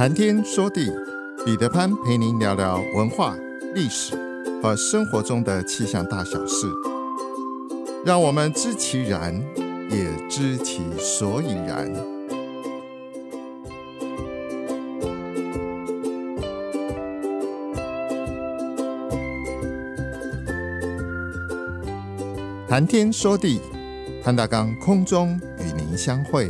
谈天说地，彼得潘陪您聊聊文化、历史和生活中的气象大小事，让我们知其然，也知其所以然。谈天说地，潘大刚空中与您相会。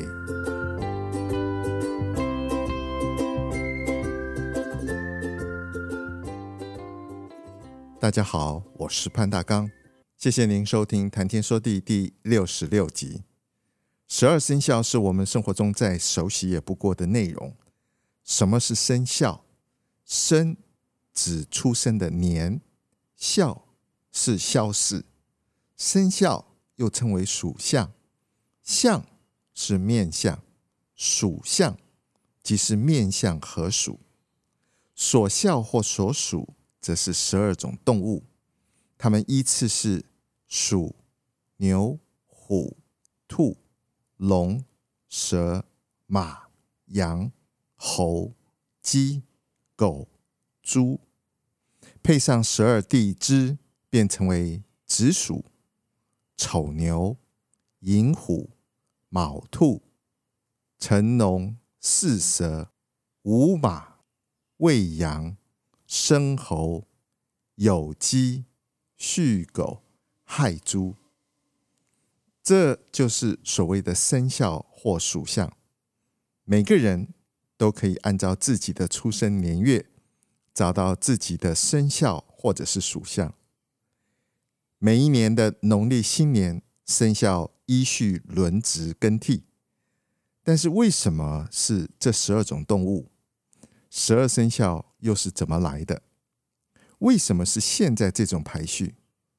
大家好，我是潘大刚，谢谢您收听谈天说地第66集。12生肖是我们生活中再熟悉也不过的内容。什么是生肖？生指出生的年，肖是消逝。生肖又称为属相，相是面相，属相即是面相合属。所肖或所属则是12种动物，它们依次是鼠、牛、虎、兔、龙、蛇、马、羊、猴、鸡、狗、猪，配上12地支，便成为子鼠、丑牛、寅虎、卯兔、辰龙、巳蛇、午马、未羊、申猴、酉鸡、戌狗、亥猪。这就是所谓的生肖或属相。每个人都可以按照自己的出生年月找到自己的生肖或者是属相。每一年的农历新年，生肖依序轮值更替。但是为什么是这12种动物？12生肖又是怎么来的？为什么是现在这种排序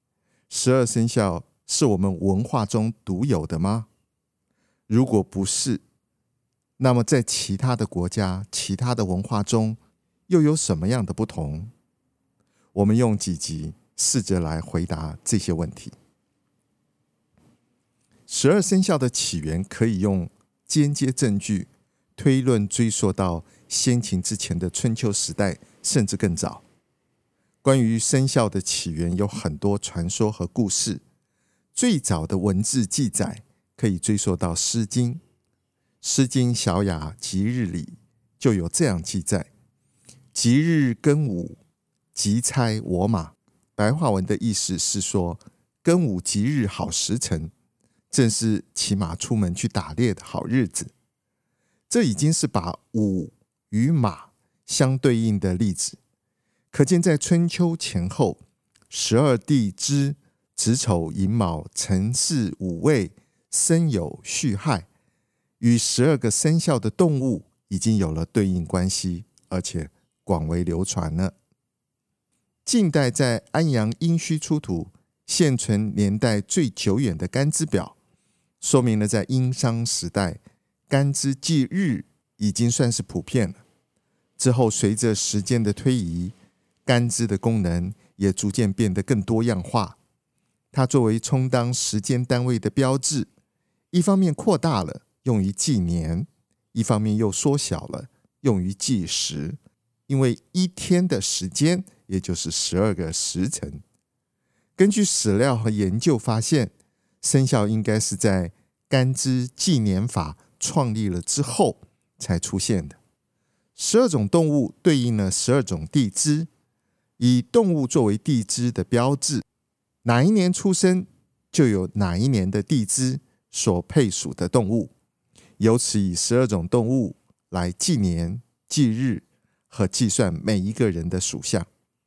？12生肖是我们文化中独有的吗？如果不是，那么在其他的国家、其他的文化中又有什么样的不同？我们用几集试着来回答这些问题。12生肖的起源可以用间接证据推论追溯到先秦之前的春秋时代，甚至更早。关于生肖的起源有很多传说和故事，最早的文字记载可以追溯到《诗经》。《诗经·小雅·吉日》里就有这样记载：吉日庚午，吉猜我马。白话文的意思是说，庚午吉日好时辰，正是骑马出门去打猎的好日子。这已经是把午与马相对应的例子，可见在春秋前后，12地支子丑寅卯辰巳午未申酉戌亥与12个生肖的动物已经有了对应关系，而且广为流传了。近代在安阳殷墟出土现存年代最久远的干支表，说明了在殷商时代干支记日已经算是普遍了。之后随着时间的推移，干支的功能也逐渐变得更多样化。它作为充当时间单位的标志，一方面扩大了用于纪年，一方面又缩小了用于计时，因为一天的时间也就是12个时辰。根据史料和研究发现，生肖应该是在干支纪年法创立了之后才出现的。12种动物对应了12种地支，以动物作为地支的标志，哪一年出生就有哪一年的地支所配属的动物，由此以12种动物来纪年、纪日和计算每一个人的属相。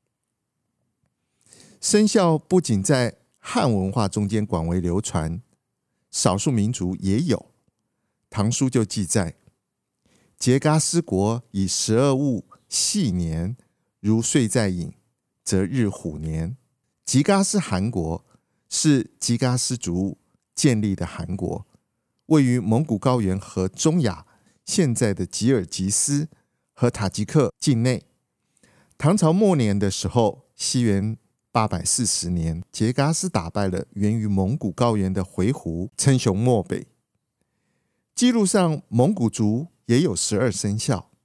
生肖不仅在汉文化中间广为流传，少数民族也有。唐书就记载，桀嘎斯国以12物系年，如岁在寅，则日虎年。吉嘎斯汗国是吉嘎斯族建立的汗国，位于蒙古高原和中亚现在的吉尔吉斯和塔吉克境内。唐朝末年的时候，西元840年，桀嘎斯打败了源于蒙古高原的回鹘，称雄漠北。记录上蒙古族也有12生肖，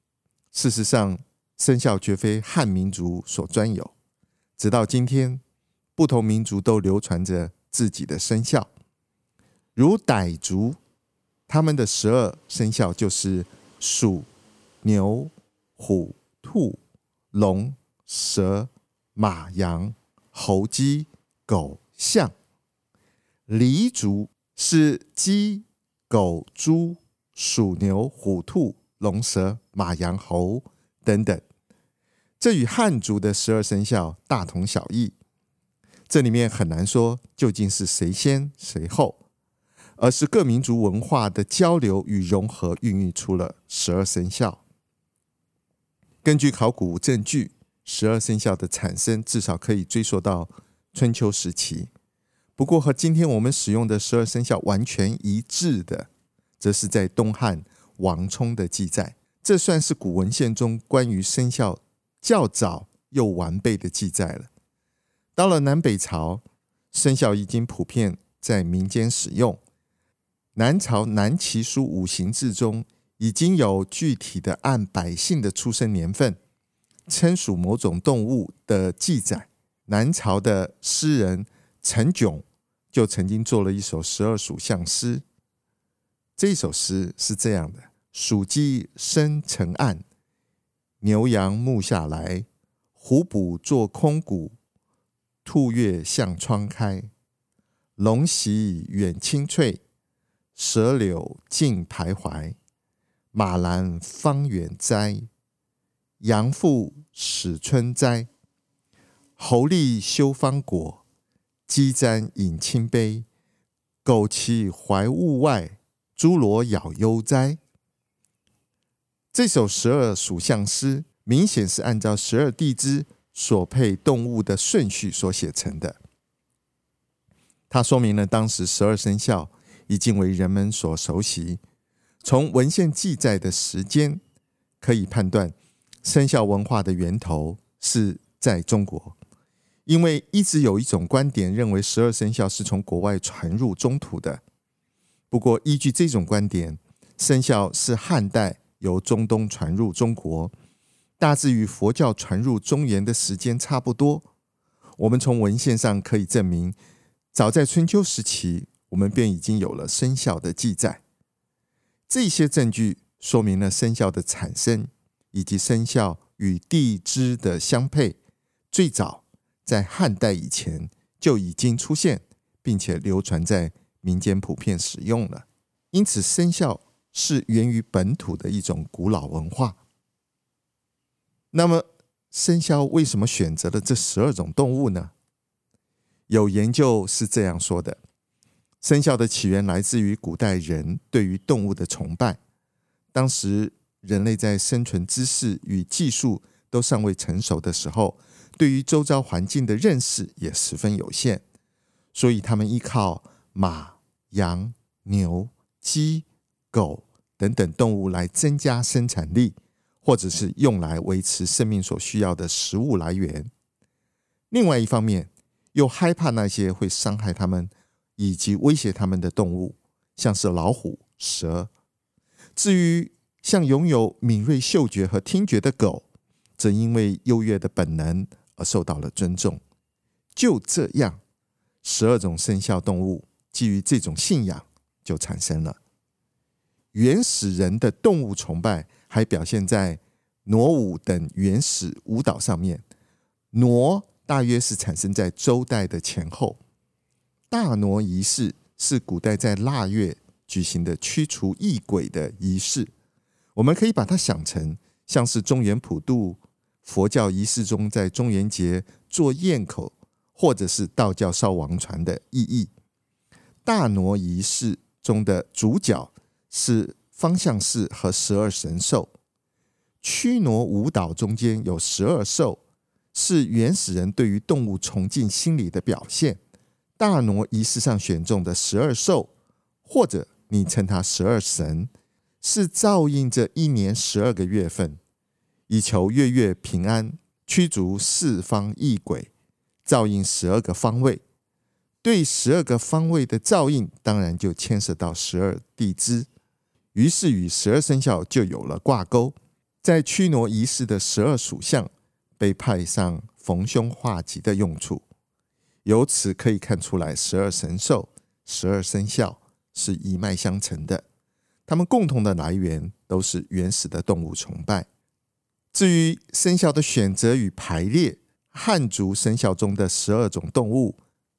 事实上，生肖绝非汉民族所专有，直到今天，不同民族都流传着自己的生肖。如傣族，他们的12生肖就是鼠、牛、虎、兔、龙、蛇、马、羊、猴、鸡、狗、象。黎族是鸡、狗、猪、鼠、牛、虎、兔、龙、蛇、马、羊、猴等等。这与汉族的12生肖大同小异，这里面很难说究竟是谁先谁后，而是各民族文化的交流与融合孕育出了12生肖。根据考古证据，12生肖的产生至少可以追溯到春秋时期。不过和今天我们使用的12生肖完全一致的，则是在东汉王充的记载，这算是古文献中关于生肖较早又完备的记载了。到了南北朝，生肖已经普遍在民间使用。南朝南齐书五行志中已经有具体的按百姓的出生年份称属某种动物的记载。南朝的诗人陈炯就曾经做了一首12属相诗。这一首诗是这样的：属鸡生辰暗，牛羊目下来，虎捕作空谷，兔月向窗开，龙袭远青翠，蛇柳近徘徊，马兰方远栽，羊妇始春栽，猴立修方果，鸡瞻饮清杯，狗骑怀物外，猪骡咬悠哉。这首12属相诗明显是按照12地支所配动物的顺序所写成的。它说明了当时12生肖已经为人们所熟悉。从文献记载的时间可以判断，生肖文化的源头是在中国，因为一直有一种观点认为12生肖是从国外传入中土的。不过依据这种观点，生肖是汉代由中东传入中国，大致与佛教传入中原的时间差不多。我们从文献上可以证明，早在春秋时期，我们便已经有了生肖的记载。这些证据说明了生肖的产生，以及生肖与地支的相配，最早在汉代以前就已经出现，并且流传在民间普遍使用了。因此，生肖是源于本土的一种古老文化。那么，生肖为什么选择了这12种动物呢？有研究是这样说的：生肖的起源来自于古代人对于动物的崇拜。当时人类在生存知识与技术都尚未成熟的时候，对于周遭环境的认识也十分有限，所以他们依靠马、羊、牛、鸡、狗等等动物来增加生产力，或者是用来维持生命所需要的食物来源。另外一方面，又害怕那些会伤害他们以及威胁他们的动物，像是老虎、蛇。至于像拥有敏锐嗅觉和听觉的狗，则因为优越的本能而受到了尊重。就这样，12种生肖动物基于这种信仰就产生了。原始人的动物崇拜还表现在傩舞等原始舞蹈上面。傩大约是产生在周代的前后。大傩仪式是古代在腊月举行的驱除异鬼的仪式，我们可以把它想成像是中元普渡佛教仪式中在中元节做堰口，或者是道教烧王船的意义。大傩仪式中的主角是方相氏和12神兽，驱傩舞蹈中间有12兽，是原始人对于动物崇敬心理的表现。大傩仪式上选中的12兽，或者你称它12神，是照应着一年12个月份，以求月月平安，驱逐四方异鬼，照应12个方位。对12个方位的照应，当然就牵涉到12地支，于是与12生肖就有了挂钩。 在驱挪仪式的12属相被派上逢凶化吉的用处，由此可以看出来12神兽、12生肖是一脉相承的，它们共同的来源都是原始的动物崇拜。至于生肖的选择与排列，汉族生肖中的12种动物，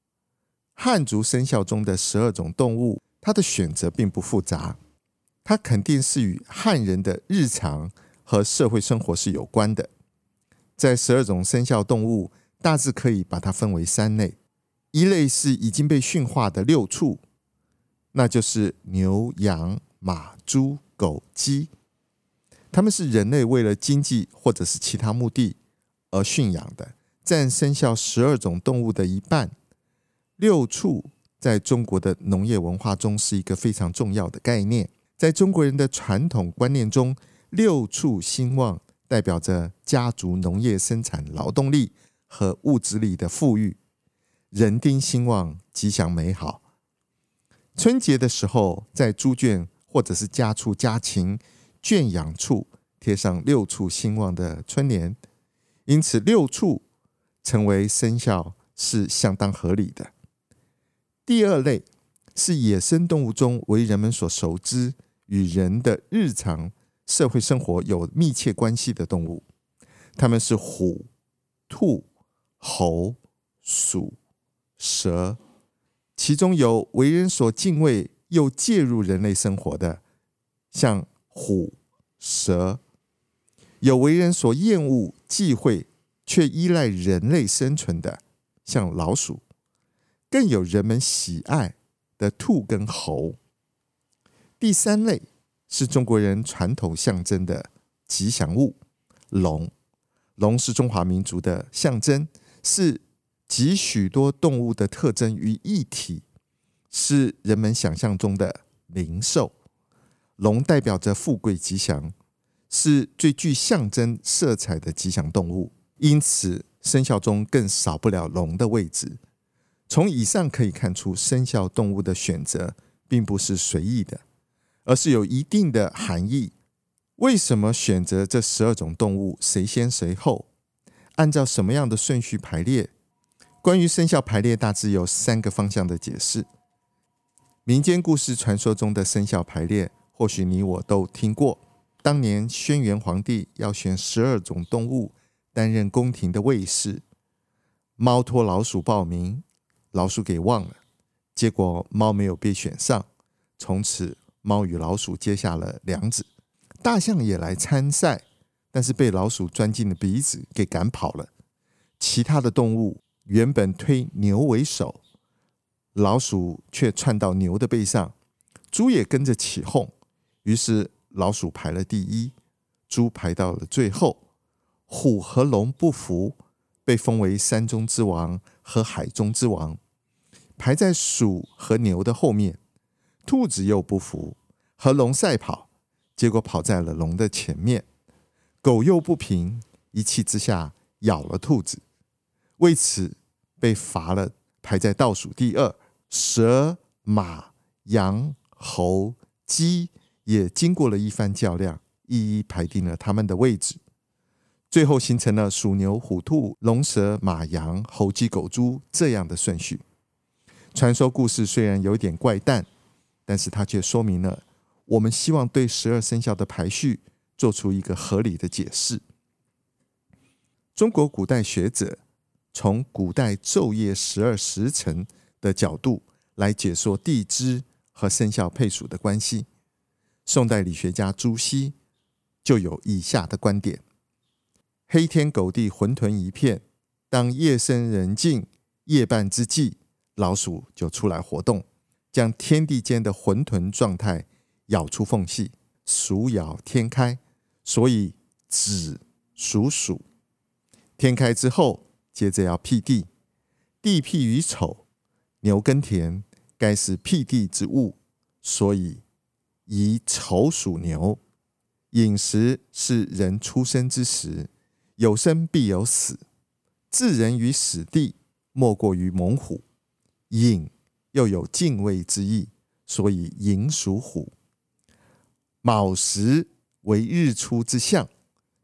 它的选择并不复杂，它肯定是与汉人的日常和社会生活是有关的。在12种生肖动物，大致可以把它分为3类。一类是已经被驯化的6畜，那就是牛、羊、马、猪、狗、鸡。它们是人类为了经济或者是其他目的而驯养的，占生肖12种动物的一半。6畜在中国的农业文化中是一个非常重要的概念。在中国人的传统观念中，6畜兴旺代表着家族农业生产劳动力和物质力的富裕，人丁兴旺，吉祥美好。春节的时候，在猪圈或者是家畜家禽圈养处贴上6畜兴旺的春联，因此6畜成为生肖是相当合理的。第2类是野生动物中为人们所熟知，与人的日常社会生活有密切关系的动物，它们是虎、兔、猴、鼠、蛇，其中有为人所敬畏又介入人类生活的，像虎、蛇；有为人所厌恶、忌讳却依赖人类生存的，像老鼠；更有人们喜爱的兔跟猴。第3类是中国人传统象征的吉祥物，龙。龙是中华民族的象征，是集许多动物的特征于一体，是人们想象中的灵兽。龙代表着富贵吉祥，是最具象征色彩的吉祥动物，因此生肖中更少不了龙的位置。从以上可以看出，生肖动物的选择并不是随意的，而是有一定的含义。为什么选择这12种动物，谁先谁后，按照什么样的顺序排列？关于生肖排列大致有3个方向的解释。民间故事传说中的生肖排列，或许你我都听过。当年轩辕皇帝要选12种动物担任宫廷的卫士，猫托老鼠报名，老鼠给忘了，结果猫没有被选上，从此猫与老鼠结下了梁子。大象也来参赛，但是被老鼠钻进了鼻子给赶跑了。其他的动物原本推牛为首，老鼠却窜到牛的背上，猪也跟着起哄，于是老鼠排了第1，猪排到了最后。虎和龙不服，被封为山中之王和海中之王，排在鼠和牛的后面。兔子又不服，和龙赛跑，结果跑在了龙的前面。狗又不平，一气之下咬了兔子，为此被罚了，排在倒数第2。蛇、马、羊、猴、鸡也经过了一番较量，一一排定了他们的位置，最后形成了鼠、牛、虎、兔、龙、蛇、马、羊、猴、鸡、狗、猪这样的顺序。传说故事虽然有点怪诞，但是它却说明了我们希望对12生肖的排序做出一个合理的解释。中国古代学者从古代昼夜12时辰的角度来解说地支和生肖配属的关系。宋代理学家朱熹就有以下的观点：黑天狗地，混沌一片，当夜深人静，夜半之际，老鼠就出来活动，将天地间的混沌状态咬出缝隙，鼠咬天开，所以子属鼠。天开之后，接着要辟地，地辟于丑，牛耕田，该是辟地之物，所以以丑属牛。饮食是人出生之时，有生必有死，置人于死地，莫过于猛虎。饮又有敬畏之意，所以寅属虎。卯时为日出之象，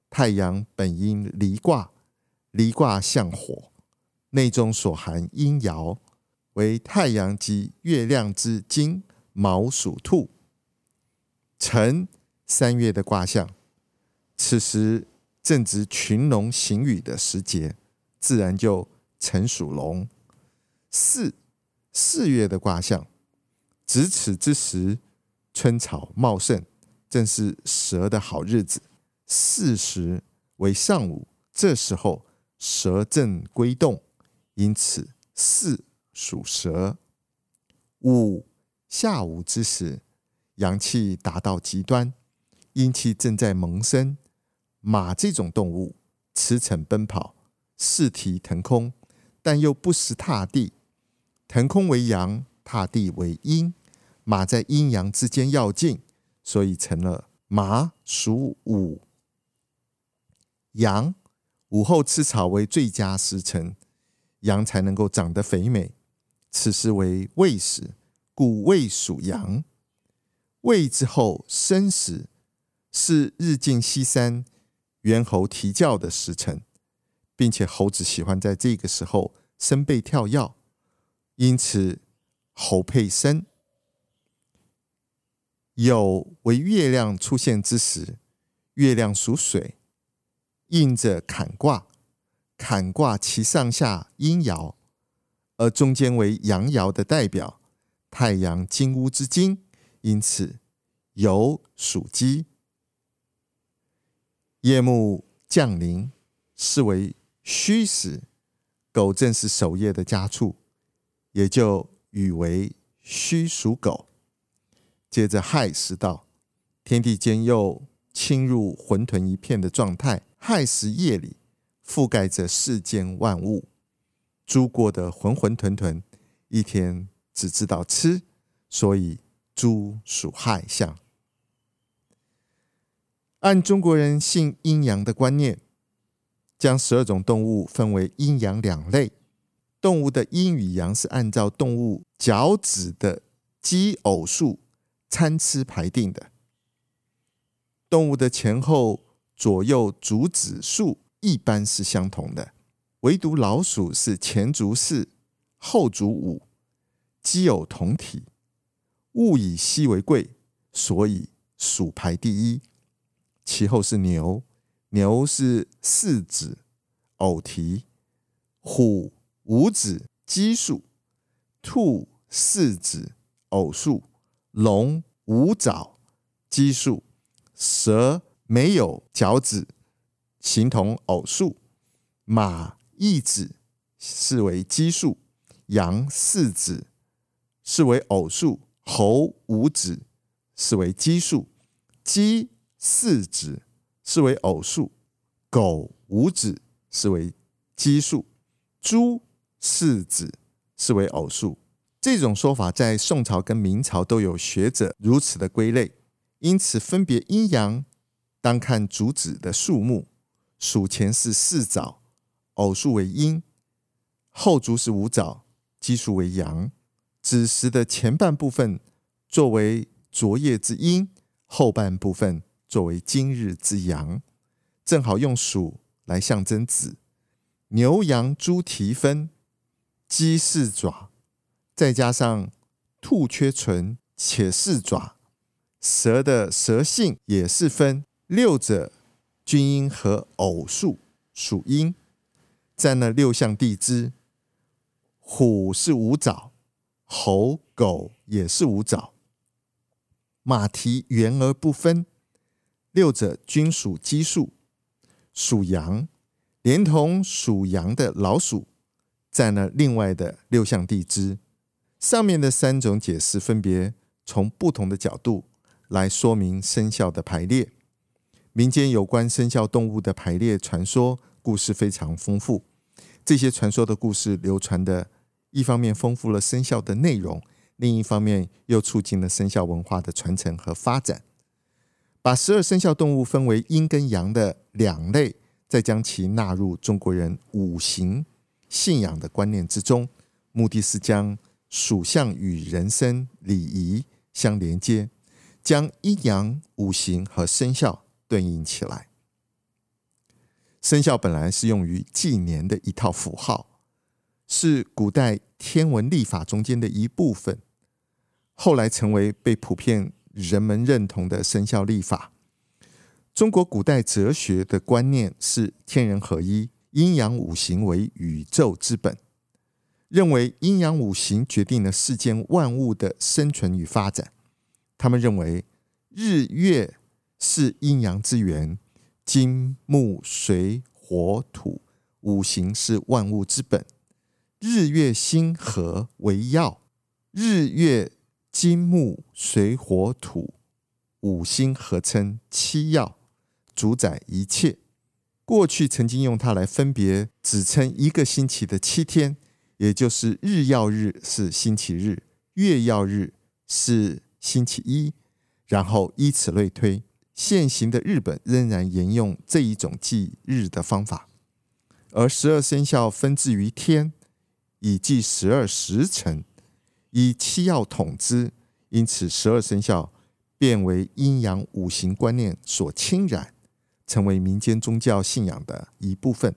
太阳本应离卦，离卦向火，内中所含阴爻，为太阳及月亮之金，卯属兔。辰3月的卦象，此时正值群龙行雨的时节，自然就辰属龙。4月的卦象，值此之时，春草茂盛，正是蛇的好日子。巳时为上午，这时候蛇正归洞，因此巳属蛇。5下午之时，阳气达到极端，阴气正在萌生。马这种动物驰骋奔跑，四蹄腾空，但又不时踏地。腾空为阳，踏地为阴，马在阴阳之间要进，所以成了马属午。羊午后吃草为最佳时辰，羊才能够长得肥美。此时为未时，故未属羊。未之后申时，是日进西山，猿猴啼叫的时辰，并且猴子喜欢在这个时候伸背跳跃，因此猴配申。酉为月亮出现之时，月亮属水，应着坎卦，坎卦其上下阴爻，而中间为阳爻的代表，太阳金乌之金，因此酉属鸡。夜幕降临，是为戌时，狗正是守夜的家畜，也就语为戌属狗。接着亥时到，天地间又侵入混沌一片的状态。亥时夜里，覆盖着世间万物，猪过得浑浑沌沌，一天只知道吃，所以猪属亥象。按中国人信阴阳的观念，将12种动物分为阴阳2类。动物的阴与阳是按照动物脚趾的奇偶数参差排定的。动物的前后左右足趾数一般是相同的，唯独老鼠是前足4，后足5，奇偶同体。物以稀为贵，所以鼠排第一。其后是牛，牛是4趾偶蹄，虎5趾奇数，兔4趾偶数，龙5爪奇数，蛇没有脚趾，形同偶数，马1趾是为奇数，羊4趾是为偶数，猴5趾是为奇数，鸡4趾是为偶数，狗5趾是为奇数，猪4趾是为偶数。这种说法在宋朝跟明朝都有学者如此的归类。因此分别阴阳当看足趾的数目，属前是4爪，偶数为阴；后足是5爪，奇数为阳。子时的前半部分作为昨夜之阴，后半部分作为今日之阳，正好用鼠来象征子。牛羊猪蹄分，鸡4爪，再加上兔缺唇且4爪，蛇的蛇性也是分6者均阴和偶数属阴，占了6项地支。虎是5爪，猴狗也是5爪，马蹄圆而不分，6者均属奇数，属阳，连同属阳的老鼠占了另外的6项地支。上面的3种解释分别从不同的角度来说明生肖的排列。民间有关生肖动物的排列传说故事非常丰富，这些传说的故事流传的一方面丰富了生肖的内容，另一方面又促进了生肖文化的传承和发展。把12生肖动物分为阴跟阳的2类，再将其纳入中国人五行信仰的观念之中，目的是将属相与人生礼仪相连接，将阴阳五行和生肖对应起来。 生肖本来是用于纪年的一套符号，是古代天文历法中间的一部分，后来成为被普遍人们认同的生肖历法。中国古代哲学的观念是天人合一，阴阳五行为宇宙之本，认为阴阳五行决定了世间万物的生存与发展。他们认为日月是阴阳之源，金木水火土五行是万物之本，日月星合为要，日月金木水火土五星合称七要，主宰一切。过去曾经用它来分别指称一个星期的7天，也就是日曜日是星期日，月曜日是星期一，然后依此类推。现行的日本仍然沿用这一种记日的方法，而12生肖分置于天，以记12时辰，以7要统之，因此12生肖变为阴阳五行观念所侵染，成为民间宗教信仰的一部分。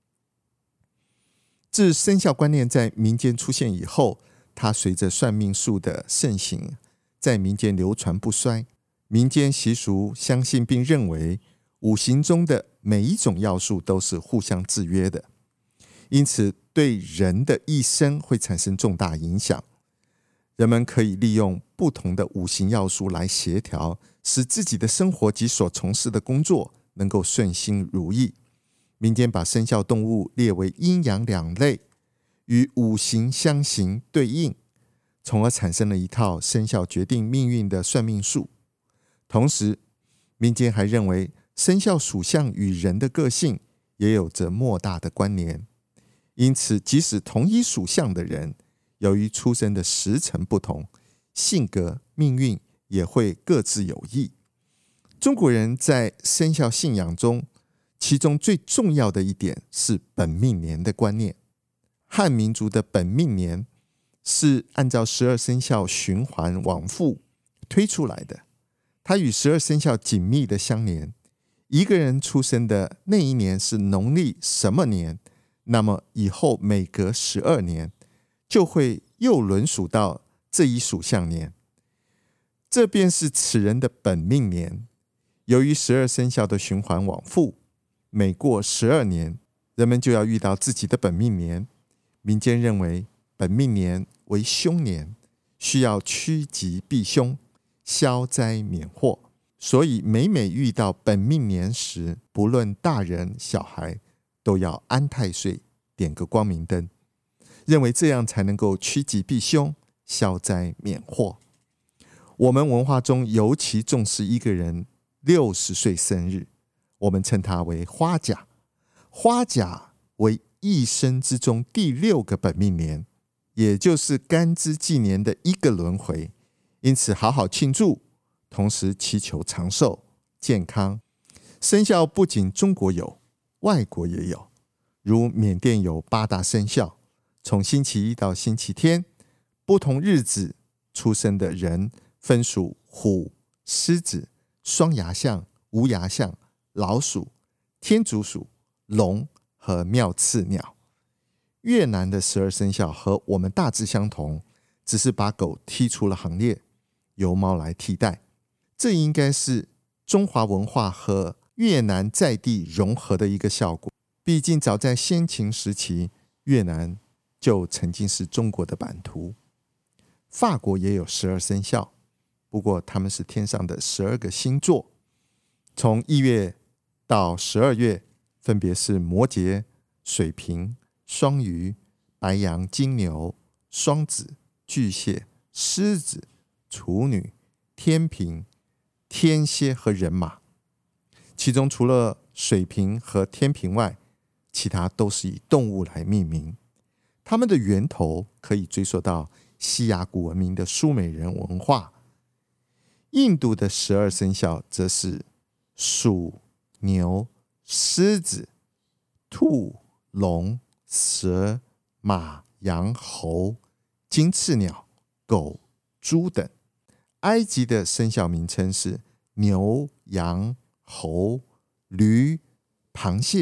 自生肖观念在民间出现以后，它随着算命术的盛行，在民间流传不衰。民间习俗相信并认为，五行中的每一种要素都是互相制约的，因此对人的一生会产生重大影响。人们可以利用不同的五行要素来协调，使自己的生活及所从事的工作能够顺心如意。民间把生肖动物列为阴阳两类，与五行相形对应，从而产生了一套生肖决定命运的算命术。同时，民间还认为生肖属相与人的个性也有着莫大的关联，因此即使同一属相的人，由于出生的时辰不同，性格命运也会各自有异。中国人在生肖信仰中，其中最重要的一点是本命年的观念。汉民族的本命年是按照12生肖循环往复推出来的，它与12生肖紧密的相连。一个人出生的那一年是农历什么年，那么以后每隔12年就会又轮数到这一属相年，这便是此人的本命年。由于12生肖的循环往复，每过12年，人们就要遇到自己的本命年。民间认为本命年为凶年，需要趋吉避凶，消灾免祸，所以每遇到本命年时，不论大人小孩，都要安太岁，点个光明灯，认为这样才能够趋吉避凶，消灾免祸。我们文化中尤其重视一个人60岁生日，我们称它为花甲。花甲为一生之中第6个本命年，也就是干支纪年的一个轮回，因此好好庆祝，同时祈求长寿健康。生肖不仅中国有，外国也有，如缅甸有8大生肖，从星期一到星期天，不同日子出生的人分属虎、狮子、双牙象、无牙象、老鼠、天竺鼠、龙和妙刺鸟。越南的12生肖和我们大致相同，只是把狗剔出了行列，由猫来替代。这应该是中华文化和越南在地融合的一个效果。毕竟早在先秦时期，越南就曾经是中国的版图。法国也有12生肖，不过他们是天上的12个星座，从1月到12月分别是摩羯、水瓶、双鱼、白羊、金牛、双子、巨蟹、狮子、处女、天平、天蝎和人马。其中除了水瓶和天平外，其他都是以动物来命名。它们的源头可以追溯到西亚古文明的苏美人文化。印度的12生肖则是鼠、牛、狮子、兔、龙、蛇、马、羊、猴、金翅鸟、狗、猪等。埃及的生肖名称是牛、羊、猴、驴、螃蟹、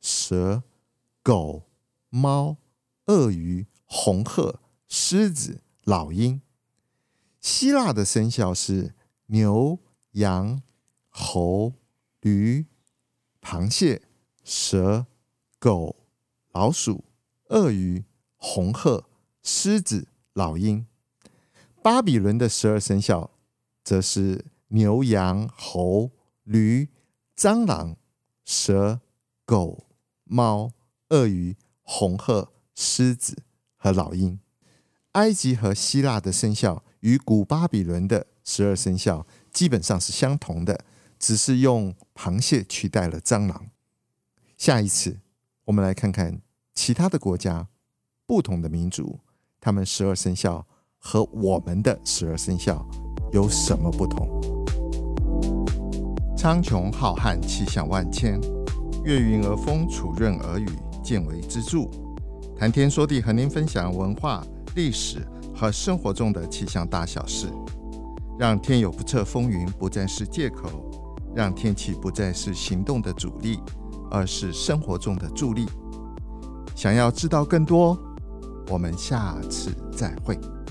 蛇、狗、猫、鳄鱼、红鹤、狮子、老鹰。希腊的生肖是牛、羊、猴、驴、螃蟹、蛇、狗、老鼠、鳄鱼、红鹤、狮子、老鹰。巴比伦的12生肖则是牛、羊、猴、驴、蟑螂、蛇、狗、猫、鳄鱼、红鹤、狮子和老鹰。埃及和希腊的生肖与古巴比伦的12生肖基本上是相同的，只是用螃蟹取代了蟑螂。下一次我们来看看其他的国家、不同的民族，他们12生肖和我们的12生肖有什么不同？苍穹浩瀚，气象万千，岳云而风，楚润而雨，见微知著。谈天说地，和您分享文化、历史和生活中的气象大小事，让天有不测风云不再是借口，让天气不再是行动的阻力，而是生活中的助力。想要知道更多，我们下次再会。